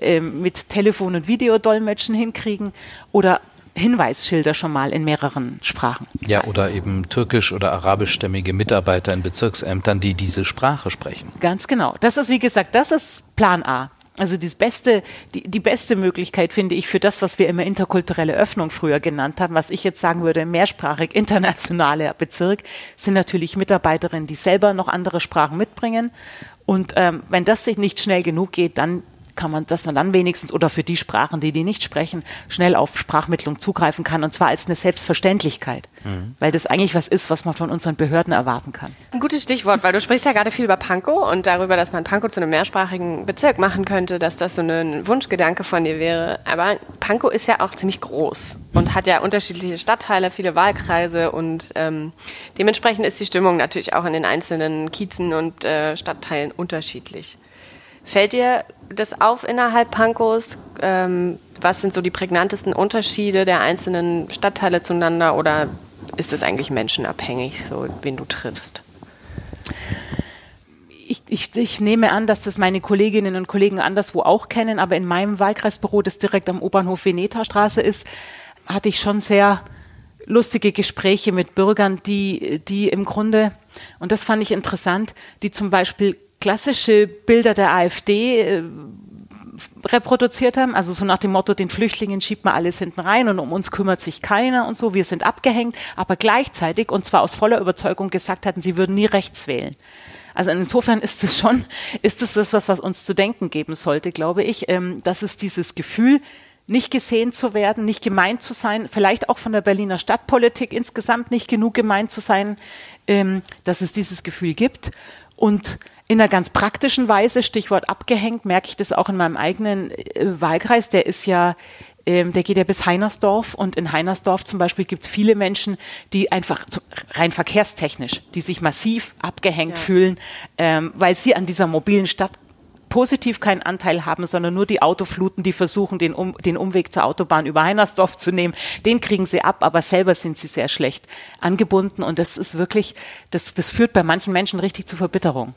mit Telefon- und Videodolmetschen hinkriegen oder Hinweisschilder schon mal in mehreren Sprachen. Ja, oder eben türkisch- oder arabischstämmige Mitarbeiter in Bezirksämtern, die diese Sprache sprechen. Ganz genau. Das ist, wie gesagt, das ist Plan A. Also das beste, die, die beste Möglichkeit, finde ich, für das, was wir immer interkulturelle Öffnung früher genannt haben, was ich jetzt sagen würde, mehrsprachig internationaler Bezirk, sind natürlich Mitarbeiterinnen, die selber noch andere Sprachen mitbringen. Und ähm, wenn das sich nicht schnell genug geht, dann kann man, dass man dann wenigstens oder für die Sprachen, die die nicht sprechen, schnell auf Sprachmittlung zugreifen kann und zwar als eine Selbstverständlichkeit, mhm. weil das eigentlich was ist, was man von unseren Behörden erwarten kann. Ein gutes Stichwort, weil du sprichst ja gerade viel über Pankow und darüber, dass man Pankow zu einem mehrsprachigen Bezirk machen könnte, dass das so ein Wunschgedanke von dir wäre. Aber Pankow ist ja auch ziemlich groß und hat ja unterschiedliche Stadtteile, viele Wahlkreise und ähm, dementsprechend ist die Stimmung natürlich auch in den einzelnen Kiezen und äh, Stadtteilen unterschiedlich. Fällt dir das auf innerhalb Pankows? Ähm, was sind so die prägnantesten Unterschiede der einzelnen Stadtteile zueinander oder ist es eigentlich menschenabhängig, so wen du triffst? Ich, ich, ich nehme an, dass das meine Kolleginnen und Kollegen anderswo auch kennen, aber in meinem Wahlkreisbüro, das direkt am U-Bahnhof Veneta-Straße ist, hatte ich schon sehr lustige Gespräche mit Bürgern, die, die im Grunde, und das fand ich interessant, die zum Beispiel klassische Bilder der AfD äh, reproduziert haben, also so nach dem Motto, den Flüchtlingen schiebt man alles hinten rein und um uns kümmert sich keiner und so, wir sind abgehängt, aber gleichzeitig und zwar aus voller Überzeugung gesagt hatten, sie würden nie rechts wählen. Also insofern ist es schon, ist es das, was, was uns zu denken geben sollte, glaube ich, ähm, dass es dieses Gefühl, nicht gesehen zu werden, nicht gemeint zu sein, vielleicht auch von der Berliner Stadtpolitik insgesamt nicht genug gemeint zu sein, ähm, dass es dieses Gefühl gibt. Und in einer ganz praktischen Weise, Stichwort abgehängt, merke ich das auch in meinem eigenen äh, Wahlkreis, der ist ja, ähm, der geht ja bis Heinersdorf und in Heinersdorf zum Beispiel gibt es viele Menschen, die einfach rein verkehrstechnisch, die sich massiv abgehängt ja. fühlen, ähm, weil sie an dieser mobilen Stadt positiv keinen Anteil haben, sondern nur die Autofluten, die versuchen, den, um, den Umweg zur Autobahn über Heinersdorf zu nehmen, den kriegen sie ab, aber selber sind sie sehr schlecht angebunden und das ist wirklich, das, das führt bei manchen Menschen richtig zu Verbitterung.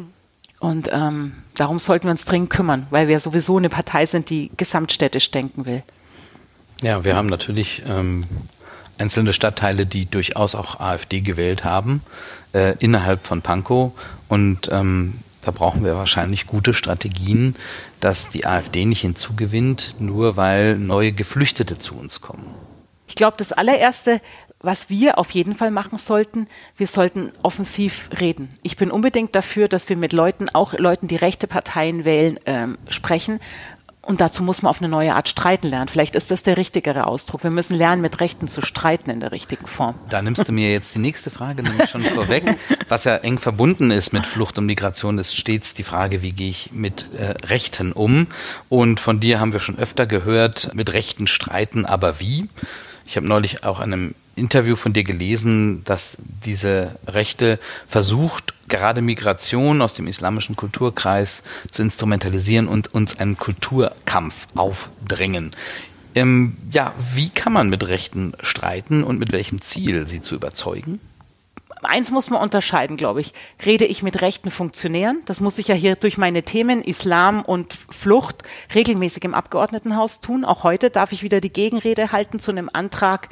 Und ähm, darum sollten wir uns dringend kümmern, weil wir sowieso eine Partei sind, die gesamtstädtisch denken will. Ja, wir haben natürlich ähm, einzelne Stadtteile, die durchaus auch AfD gewählt haben, äh, innerhalb von Pankow und ähm, da brauchen wir wahrscheinlich gute Strategien, dass die AfD nicht hinzugewinnt, nur weil neue Geflüchtete zu uns kommen. Ich glaube, das allererste, was wir auf jeden Fall machen sollten, wir sollten offensiv reden. Ich bin unbedingt dafür, dass wir mit Leuten, auch Leuten, die rechte Parteien wählen, ähm, sprechen. Und dazu muss man auf eine neue Art streiten lernen. Vielleicht ist das der richtigere Ausdruck. Wir müssen lernen, mit Rechten zu streiten in der richtigen Form. Da nimmst du mir jetzt die nächste Frage nämlich schon vorweg. Was ja eng verbunden ist mit Flucht und Migration, ist stets die Frage, wie gehe ich mit äh, Rechten um? Und von dir haben wir schon öfter gehört, mit Rechten streiten, aber wie? Ich habe neulich auch in einem Interview von dir gelesen, dass diese Rechte versucht, gerade Migration aus dem islamischen Kulturkreis zu instrumentalisieren und uns einen Kulturkampf aufdrängen. Ähm, ja, wie kann man mit Rechten streiten und mit welchem Ziel, sie zu überzeugen? Eins muss man unterscheiden, glaube ich. Rede ich mit rechten Funktionären? Das muss ich ja hier durch meine Themen Islam und Flucht regelmäßig im Abgeordnetenhaus tun. Auch heute darf ich wieder die Gegenrede halten zu einem Antrag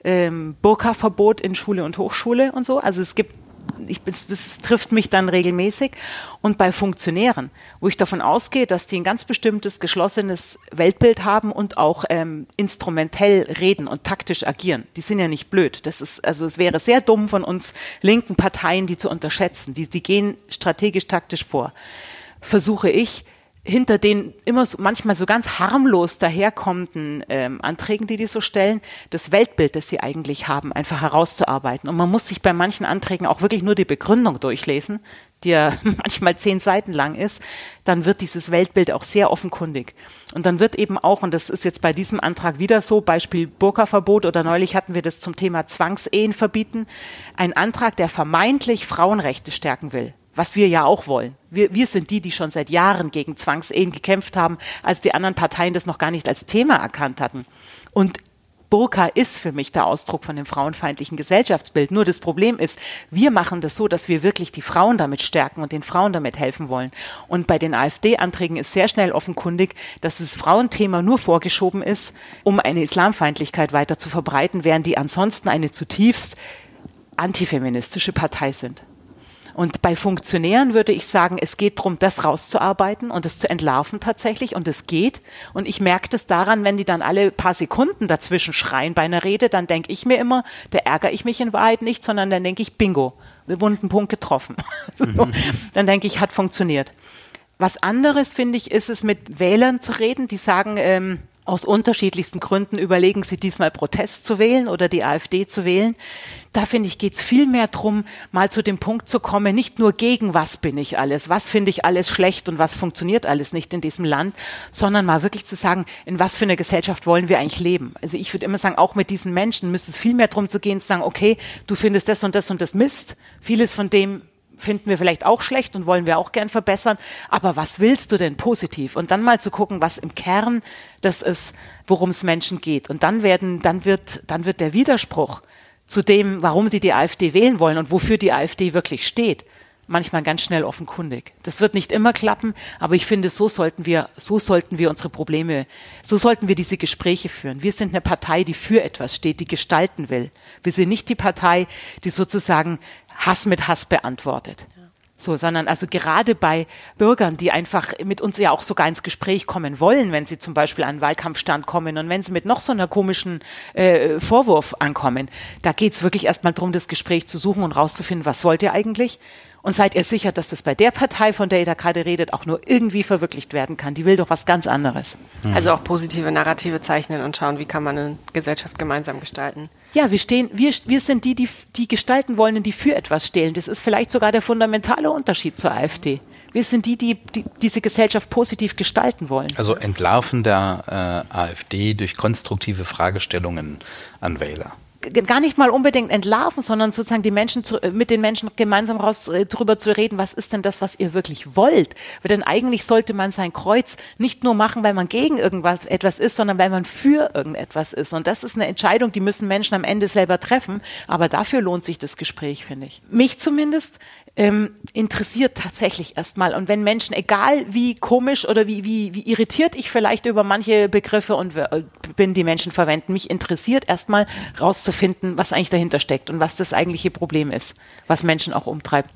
ähm, Burka-Verbot in Schule und Hochschule und so. Also es gibt Ich, es, es trifft mich dann regelmäßig. Und bei Funktionären, wo ich davon ausgehe, dass die ein ganz bestimmtes, geschlossenes Weltbild haben und auch ähm, instrumentell reden und taktisch agieren. Die sind ja nicht blöd. Das ist, also es wäre sehr dumm von uns linken Parteien, die zu unterschätzen. Die, die gehen strategisch-taktisch vor. Versuche ich, hinter den immer so, manchmal so ganz harmlos daherkommenden ähm, Anträgen, die die so stellen, das Weltbild, das sie eigentlich haben, einfach herauszuarbeiten. Und man muss sich bei manchen Anträgen auch wirklich nur die Begründung durchlesen, die ja manchmal zehn Seiten lang ist, dann wird dieses Weltbild auch sehr offenkundig. Und dann wird eben auch, und das ist jetzt bei diesem Antrag wieder so, Beispiel Burka-Verbot oder neulich hatten wir das zum Thema Zwangsehen verbieten, ein Antrag, der vermeintlich Frauenrechte stärken will. Was wir ja auch wollen. Wir, wir sind die, die schon seit Jahren gegen Zwangsehen gekämpft haben, als die anderen Parteien das noch gar nicht als Thema erkannt hatten. Und Burka ist für mich der Ausdruck von dem frauenfeindlichen Gesellschaftsbild. Nur das Problem ist, wir machen das so, dass wir wirklich die Frauen damit stärken und den Frauen damit helfen wollen. Und bei den AfD-Anträgen ist sehr schnell offenkundig, dass das Frauenthema nur vorgeschoben ist, um eine Islamfeindlichkeit weiter zu verbreiten, während die ansonsten eine zutiefst antifeministische Partei sind. Und bei Funktionären würde ich sagen, es geht darum, das rauszuarbeiten und das zu entlarven tatsächlich. Und es geht. Und ich merke das daran, wenn die dann alle paar Sekunden dazwischen schreien bei einer Rede, dann denke ich mir immer, da ärgere ich mich in Wahrheit nicht, sondern dann denke ich, bingo, wunden Punkt getroffen. Mhm. Dann denke ich, hat funktioniert. Was anderes, finde ich, ist es, mit Wählern zu reden, die sagen, ähm, aus unterschiedlichsten Gründen überlegen sie diesmal Protest zu wählen oder die AfD zu wählen. Da finde ich, geht es viel mehr darum, mal zu dem Punkt zu kommen, nicht nur gegen was bin ich alles, was finde ich alles schlecht und was funktioniert alles nicht in diesem Land, sondern mal wirklich zu sagen, in was für einer Gesellschaft wollen wir eigentlich leben. Also ich würde immer sagen, auch mit diesen Menschen müsste es viel mehr darum zu gehen, zu sagen, okay, du findest das und das und das Mist, vieles von dem finden wir vielleicht auch schlecht und wollen wir auch gern verbessern, aber was willst du denn positiv? Und dann mal zu gucken, was im Kern das ist, worum es Menschen geht. Und dann werden, dann wird, dann wird der Widerspruch zu dem, warum die die AfD wählen wollen und wofür die AfD wirklich steht, manchmal ganz schnell offenkundig. Das wird nicht immer klappen, aber ich finde, so sollten wir, so sollten wir unsere Probleme, so sollten wir diese Gespräche führen. Wir sind eine Partei, die für etwas steht, die gestalten will. Wir sind nicht die Partei, die sozusagen Hass mit Hass beantwortet. So, sondern also gerade bei Bürgern, die einfach mit uns ja auch sogar ins Gespräch kommen wollen, wenn sie zum Beispiel an einen Wahlkampfstand kommen und wenn sie mit noch so einer komischen äh, Vorwurf ankommen, da geht's wirklich erstmal darum, das Gespräch zu suchen und rauszufinden, was wollt ihr eigentlich? Und seid ihr sicher, dass das bei der Partei, von der ihr da gerade redet, auch nur irgendwie verwirklicht werden kann? Die will doch was ganz anderes. Also auch positive Narrative zeichnen und schauen, wie kann man eine Gesellschaft gemeinsam gestalten. Ja, wir stehen, wir, wir sind die, die, die gestalten wollen und die für etwas stehen. Das ist vielleicht sogar der fundamentale Unterschied zur AfD. Wir sind die, die, die diese Gesellschaft positiv gestalten wollen. Also Entlarven der äh, AfD durch konstruktive Fragestellungen an Wähler. Gar nicht mal unbedingt entlarven, sondern sozusagen die Menschen zu, mit den Menschen gemeinsam raus äh, drüber zu reden, was ist denn das, was ihr wirklich wollt? Weil denn eigentlich sollte man sein Kreuz nicht nur machen, weil man gegen irgendwas etwas ist, sondern weil man für irgendetwas ist. Und das ist eine Entscheidung, die müssen Menschen am Ende selber treffen. Aber dafür lohnt sich das Gespräch, finde ich. Mich zumindest ähm, interessiert tatsächlich erstmal. Und wenn Menschen, egal wie komisch oder wie, wie, wie irritiert ich vielleicht über manche Begriffe und äh, bin, die Menschen verwenden, mich interessiert erstmal rauszufinden, was eigentlich dahinter steckt und was das eigentliche Problem ist, was Menschen auch umtreibt.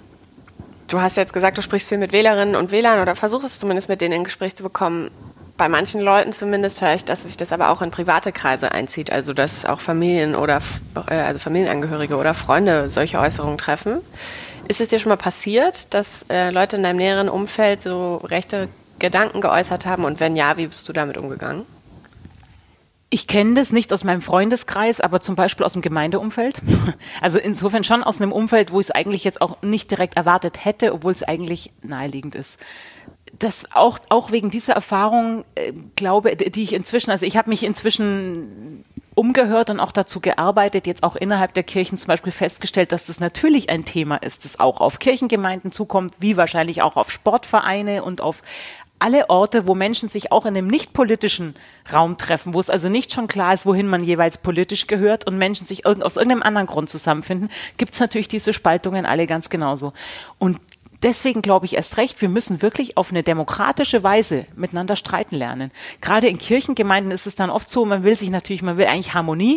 Du hast jetzt gesagt, du sprichst viel mit Wählerinnen und Wählern oder versuchst es zumindest mit denen in Gespräch zu bekommen. Bei manchen Leuten zumindest höre ich, dass sich das aber auch in private Kreise einzieht, also dass auch Familien oder also Familienangehörige oder Freunde solche Äußerungen treffen. Ist es dir schon mal passiert, dass äh, Leute in deinem näheren Umfeld so rechte Gedanken geäußert haben und wenn ja, wie bist du damit umgegangen? Ich kenne das nicht aus meinem Freundeskreis, aber zum Beispiel aus dem Gemeindeumfeld. Also insofern schon aus einem Umfeld, wo ich es eigentlich jetzt auch nicht direkt erwartet hätte, obwohl es eigentlich naheliegend ist. Das auch, auch wegen dieser Erfahrung, äh, glaube, die ich inzwischen, also ich habe mich inzwischen umgehört und auch dazu gearbeitet, jetzt auch innerhalb der Kirchen zum Beispiel festgestellt, dass das natürlich ein Thema ist, das auch auf Kirchengemeinden zukommt, wie wahrscheinlich auch auf Sportvereine und auf alle Orte, wo Menschen sich auch in einem nicht politischen Raum treffen, wo es also nicht schon klar ist, wohin man jeweils politisch gehört und Menschen sich irg- aus irgendeinem anderen Grund zusammenfinden, gibt es natürlich diese Spaltungen alle ganz genauso. Und deswegen glaube ich erst recht, wir müssen wirklich auf eine demokratische Weise miteinander streiten lernen. Gerade in Kirchengemeinden ist es dann oft so, man will sich natürlich, man will eigentlich Harmonie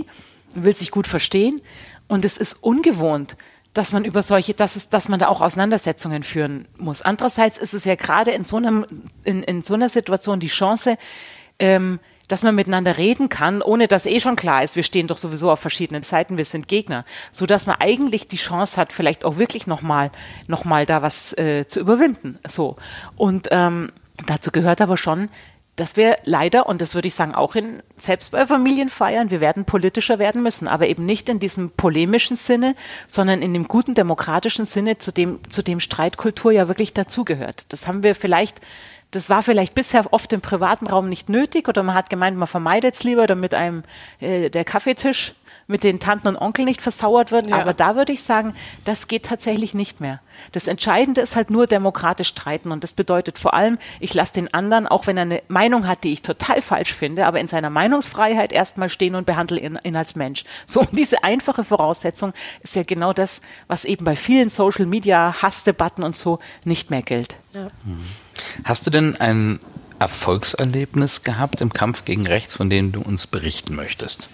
will sich gut verstehen und es ist ungewohnt, dass man über solche, dass es, dass man da auch Auseinandersetzungen führen muss. Andererseits ist es ja gerade in so einem, in, in so einer Situation die Chance, ähm, dass man miteinander reden kann, ohne dass eh schon klar ist, wir stehen doch sowieso auf verschiedenen Seiten, wir sind Gegner, so dass man eigentlich die Chance hat, vielleicht auch wirklich nochmal, noch mal da was äh, zu überwinden. So. Und ähm, dazu gehört aber schon, dass wir leider, und das würde ich sagen, auch in, selbst bei Familienfeiern, wir werden politischer werden müssen, aber eben nicht in diesem polemischen Sinne, sondern in dem guten demokratischen Sinne, zu dem, zu dem Streitkultur ja wirklich dazugehört. Das haben wir vielleicht, das war vielleicht bisher oft im privaten Raum nicht nötig oder man hat gemeint, man vermeidet es lieber, damit einem äh, der Kaffeetisch mit den Tanten und Onkeln nicht versauert wird. Ja. Aber da würde ich sagen, das geht tatsächlich nicht mehr. Das Entscheidende ist halt nur demokratisch streiten. Und das bedeutet vor allem, ich lasse den anderen, auch wenn er eine Meinung hat, die ich total falsch finde, aber in seiner Meinungsfreiheit erstmal stehen und behandle ihn, ihn als Mensch. So, und diese einfache Voraussetzung ist ja genau das, was eben bei vielen Social-Media-Hassdebatten und so nicht mehr gilt. Ja. Hast du denn ein Erfolgserlebnis gehabt im Kampf gegen Rechts, von dem du uns berichten möchtest?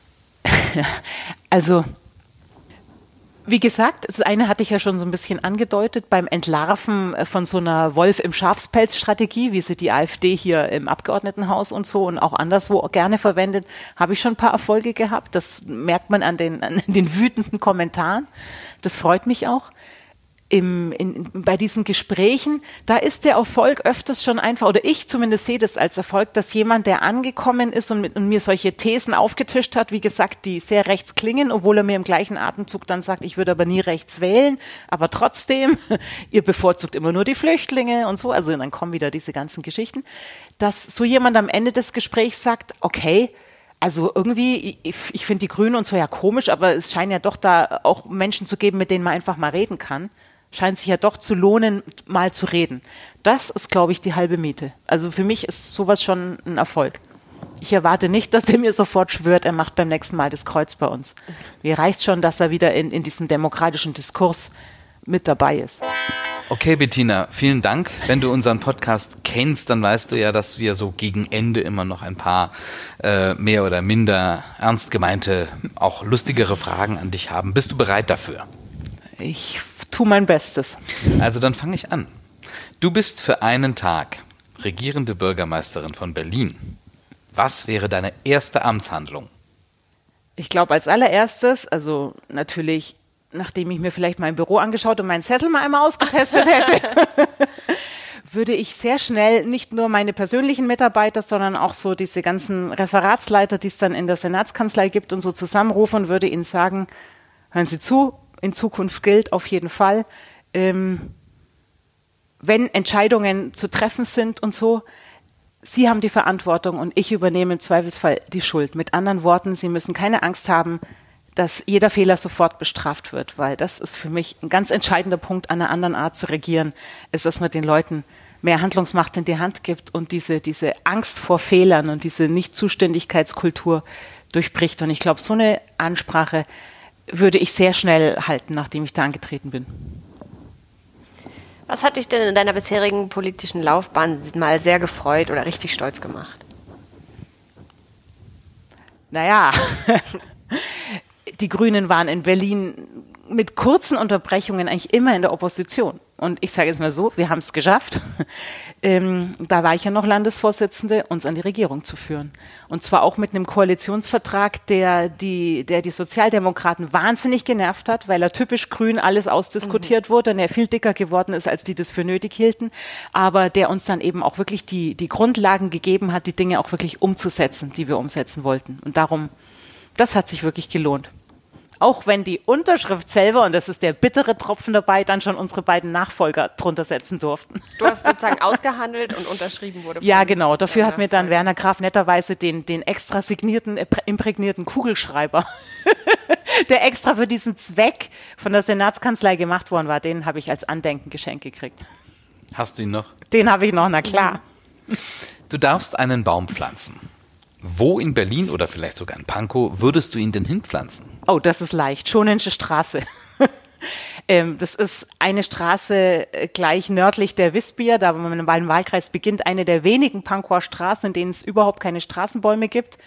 Also, wie gesagt, das eine hatte ich ja schon so ein bisschen angedeutet, beim Entlarven von so einer Wolf-im-Schafspelz-Strategie, wie sie die AfD hier im Abgeordnetenhaus und so und auch anderswo gerne verwendet, habe ich schon ein paar Erfolge gehabt. Das merkt man an den, an den wütenden Kommentaren. Das freut mich auch. Im, in, bei diesen Gesprächen, da ist der Erfolg öfters schon einfach, oder ich zumindest sehe das als Erfolg, dass jemand, der angekommen ist und, mit, und mir solche Thesen aufgetischt hat, wie gesagt, die sehr rechts klingen, obwohl er mir im gleichen Atemzug dann sagt, ich würde aber nie rechts wählen, aber trotzdem, ihr bevorzugt immer nur die Flüchtlinge und so, also dann kommen wieder diese ganzen Geschichten, dass so jemand am Ende des Gesprächs sagt, okay, also irgendwie, ich, ich finde die Grünen und so ja komisch, aber es scheint ja doch da auch Menschen zu geben, mit denen man einfach mal reden kann. Scheint sich ja doch zu lohnen, mal zu reden. Das ist, glaube ich, die halbe Miete. Also für mich ist sowas schon ein Erfolg. Ich erwarte nicht, dass der mir sofort schwört, er macht beim nächsten Mal das Kreuz bei uns. Mir reicht schon, dass er wieder in, in diesem demokratischen Diskurs mit dabei ist. Okay, Bettina, vielen Dank. Wenn du unseren Podcast kennst, dann weißt du ja, dass wir so gegen Ende immer noch ein paar äh, mehr oder minder ernst gemeinte, auch lustigere Fragen an dich haben. Bist du bereit dafür? Ich tue mein Bestes. Also dann fange ich an. Du bist für einen Tag regierende Bürgermeisterin von Berlin. Was wäre deine erste Amtshandlung? Ich glaube als allererstes, also natürlich, nachdem ich mir vielleicht mein Büro angeschaut und meinen Zettel mal einmal ausgetestet hätte, würde ich sehr schnell nicht nur meine persönlichen Mitarbeiter, sondern auch so diese ganzen Referatsleiter, die es dann in der Senatskanzlei gibt und so zusammenrufen und würde ihnen sagen, hören Sie zu, in Zukunft gilt auf jeden Fall, ähm, wenn Entscheidungen zu treffen sind und so, Sie haben die Verantwortung und ich übernehme im Zweifelsfall die Schuld. Mit anderen Worten, Sie müssen keine Angst haben, dass jeder Fehler sofort bestraft wird, weil das ist für mich ein ganz entscheidender Punkt an einer anderen Art zu regieren, ist, dass man den Leuten mehr Handlungsmacht in die Hand gibt und diese, diese Angst vor Fehlern und diese Nicht-Zuständigkeitskultur durchbricht. Und ich glaube, so eine Ansprache würde ich sehr schnell halten, nachdem ich da angetreten bin. Was hat dich denn in deiner bisherigen politischen Laufbahn mal sehr gefreut oder richtig stolz gemacht? Naja, die Grünen waren in Berlin mit kurzen Unterbrechungen eigentlich immer in der Opposition. Und ich sage es mal so, wir haben es geschafft. Ähm, da war ich ja noch Landesvorsitzende, uns an die Regierung zu führen. Und zwar auch mit einem Koalitionsvertrag, der die, der die Sozialdemokraten wahnsinnig genervt hat, weil er typisch grün alles ausdiskutiert mhm. wurde und er viel dicker geworden ist, als die das für nötig hielten. Aber der uns dann eben auch wirklich die, die Grundlagen gegeben hat, die Dinge auch wirklich umzusetzen, die wir umsetzen wollten. Und darum, das hat sich wirklich gelohnt. Auch wenn die Unterschrift selber, und das ist der bittere Tropfen dabei, dann schon unsere beiden Nachfolger drunter setzen durften. Du hast sozusagen ausgehandelt und unterschrieben wurde. Ja, genau. Dafür hat mir dann Werner Graf netterweise den, den extra signierten, imprägnierten Kugelschreiber, der extra für diesen Zweck von der Senatskanzlei gemacht worden war, den habe ich als Andenkengeschenk gekriegt. Hast du ihn noch? Den habe ich noch, na klar. Du darfst einen Baum pflanzen. Wo in Berlin oder vielleicht sogar in Pankow würdest du ihn denn hinpflanzen? Oh, das ist leicht. Schonensche Straße. ähm, das ist eine Straße gleich nördlich der Wisbier, da wo man im Wahlkreis beginnt, eine der wenigen Pankower Straßen, in denen es überhaupt keine Straßenbäume gibt.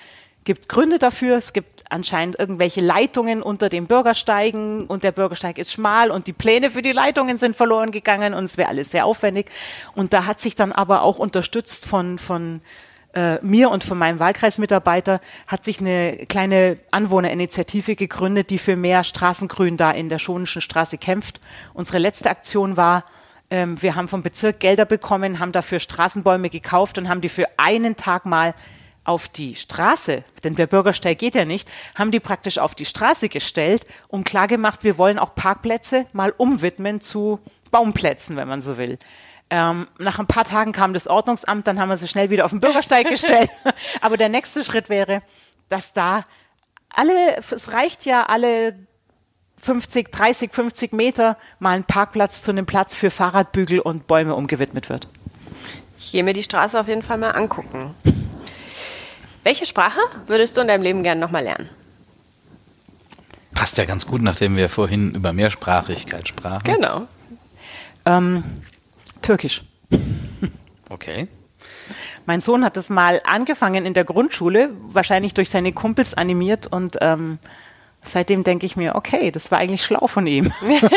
gibt Gründe dafür. Es gibt anscheinend irgendwelche Leitungen unter den Bürgersteigen und der Bürgersteig ist schmal und die Pläne für die Leitungen sind verloren gegangen und es wäre alles sehr aufwendig. Und da hat sich dann aber auch unterstützt von, von äh, mir und von meinem Wahlkreismitarbeiter, hat sich eine kleine Anwohnerinitiative gegründet, die für mehr Straßengrün da in der Schonischen Straße kämpft. Unsere letzte Aktion war, ähm, wir haben vom Bezirk Gelder bekommen, haben dafür Straßenbäume gekauft und haben die für einen Tag mal auf die Straße, denn der Bürgersteig geht ja nicht, haben die praktisch auf die Straße gestellt und klargemacht, wir wollen auch Parkplätze mal umwidmen zu Baumplätzen, wenn man so will. Ähm, nach ein paar Tagen kam das Ordnungsamt, dann haben wir sie schnell wieder auf den Bürgersteig gestellt. Aber der nächste Schritt wäre, dass da alle, es reicht ja alle fünfzig, dreißig, fünfzig Meter mal ein Parkplatz zu einem Platz für Fahrradbügel und Bäume umgewidmet wird. Ich gehe mir die Straße auf jeden Fall mal angucken. Welche Sprache würdest du in deinem Leben gerne nochmal lernen? Passt ja ganz gut, nachdem wir vorhin über Mehrsprachigkeit sprachen. Genau. Ähm, Türkisch. Okay. Mein Sohn hat das mal angefangen in der Grundschule, wahrscheinlich durch seine Kumpels animiert und ähm, seitdem denke ich mir, okay, das war eigentlich schlau von ihm.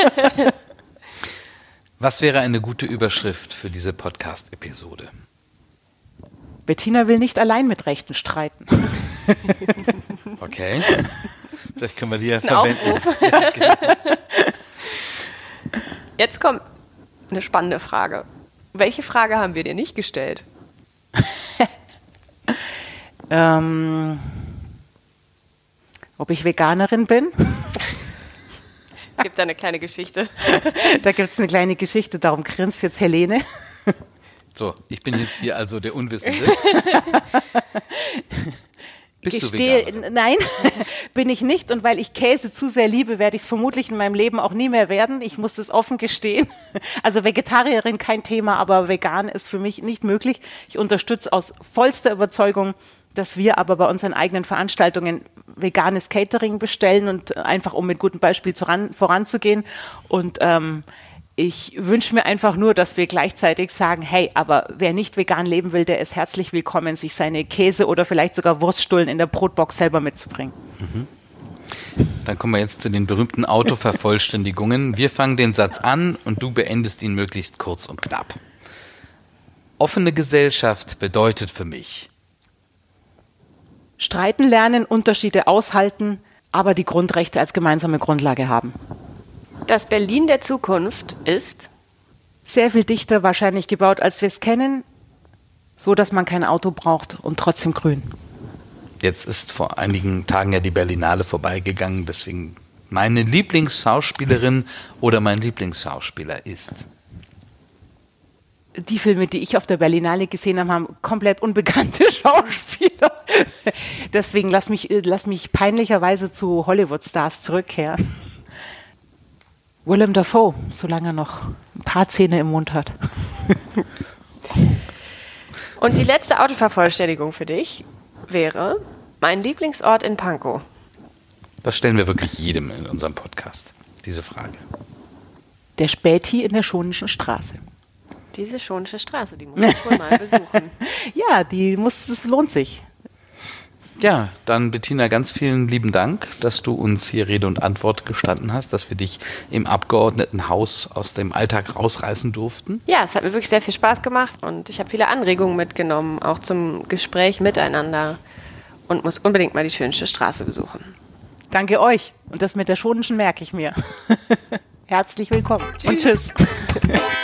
Was wäre eine gute Überschrift für diese Podcast-Episode? Bettina will nicht allein mit Rechten streiten. Okay. Vielleicht können wir die ja Das ist ein verwenden. Ja, genau. Jetzt kommt eine spannende Frage. Welche Frage haben wir dir nicht gestellt? ähm, ob ich Veganerin bin? Gibt da eine kleine Geschichte? Da gibt es eine kleine Geschichte, darum grinst jetzt Helene. So, ich bin jetzt hier also der Unwissende. Bist du Gestehe, Veganerin? nein, bin ich nicht. Und weil ich Käse zu sehr liebe, werde ich es vermutlich in meinem Leben auch nie mehr werden. Ich muss das offen gestehen. Also Vegetarierin kein Thema, aber vegan ist für mich nicht möglich. Ich unterstütze aus vollster Überzeugung, dass wir aber bei unseren eigenen Veranstaltungen veganes Catering bestellen und einfach, um mit gutem Beispiel zuran, voranzugehen. Und ähm, ich wünsche mir einfach nur, dass wir gleichzeitig sagen, hey, aber wer nicht vegan leben will, der ist herzlich willkommen, sich seine Käse oder vielleicht sogar Wurststullen in der Brotbox selber mitzubringen. Mhm. Dann kommen wir jetzt zu den berühmten Autovervollständigungen. Wir fangen den Satz an und du beendest ihn möglichst kurz und knapp. Offene Gesellschaft bedeutet für mich: Streiten lernen, Unterschiede aushalten, aber die Grundrechte als gemeinsame Grundlage haben. Das Berlin der Zukunft ist sehr viel dichter wahrscheinlich gebaut, als wir es kennen, so dass man kein Auto braucht und trotzdem grün. Jetzt ist vor einigen Tagen ja die Berlinale vorbeigegangen, deswegen meine Lieblingsschauspielerin oder mein Lieblingsschauspieler ist. Die Filme, die ich auf der Berlinale gesehen habe, haben komplett unbekannte Schauspieler. Deswegen lass mich, lass mich peinlicherweise zu Hollywood-Stars zurückkehren. Willem Dafoe, solange er noch ein paar Zähne im Mund hat. Und die letzte Autovervollständigung für dich wäre mein Lieblingsort in Pankow. Das stellen wir wirklich jedem in unserem Podcast, diese Frage. Der Späti in der Schonischen Straße. Diese Schonische Straße, die muss ich wohl mal besuchen. Ja, die muss, es lohnt sich. Ja, dann Bettina, ganz vielen lieben Dank, dass du uns hier Rede und Antwort gestanden hast, dass wir dich im Abgeordnetenhaus aus dem Alltag rausreißen durften. Ja, es hat mir wirklich sehr viel Spaß gemacht und ich habe viele Anregungen mitgenommen, auch zum Gespräch miteinander und muss unbedingt mal die Schönische Straße besuchen. Danke euch und das mit der Schonischen merke ich mir. Herzlich willkommen. Tschüss. Und tschüss.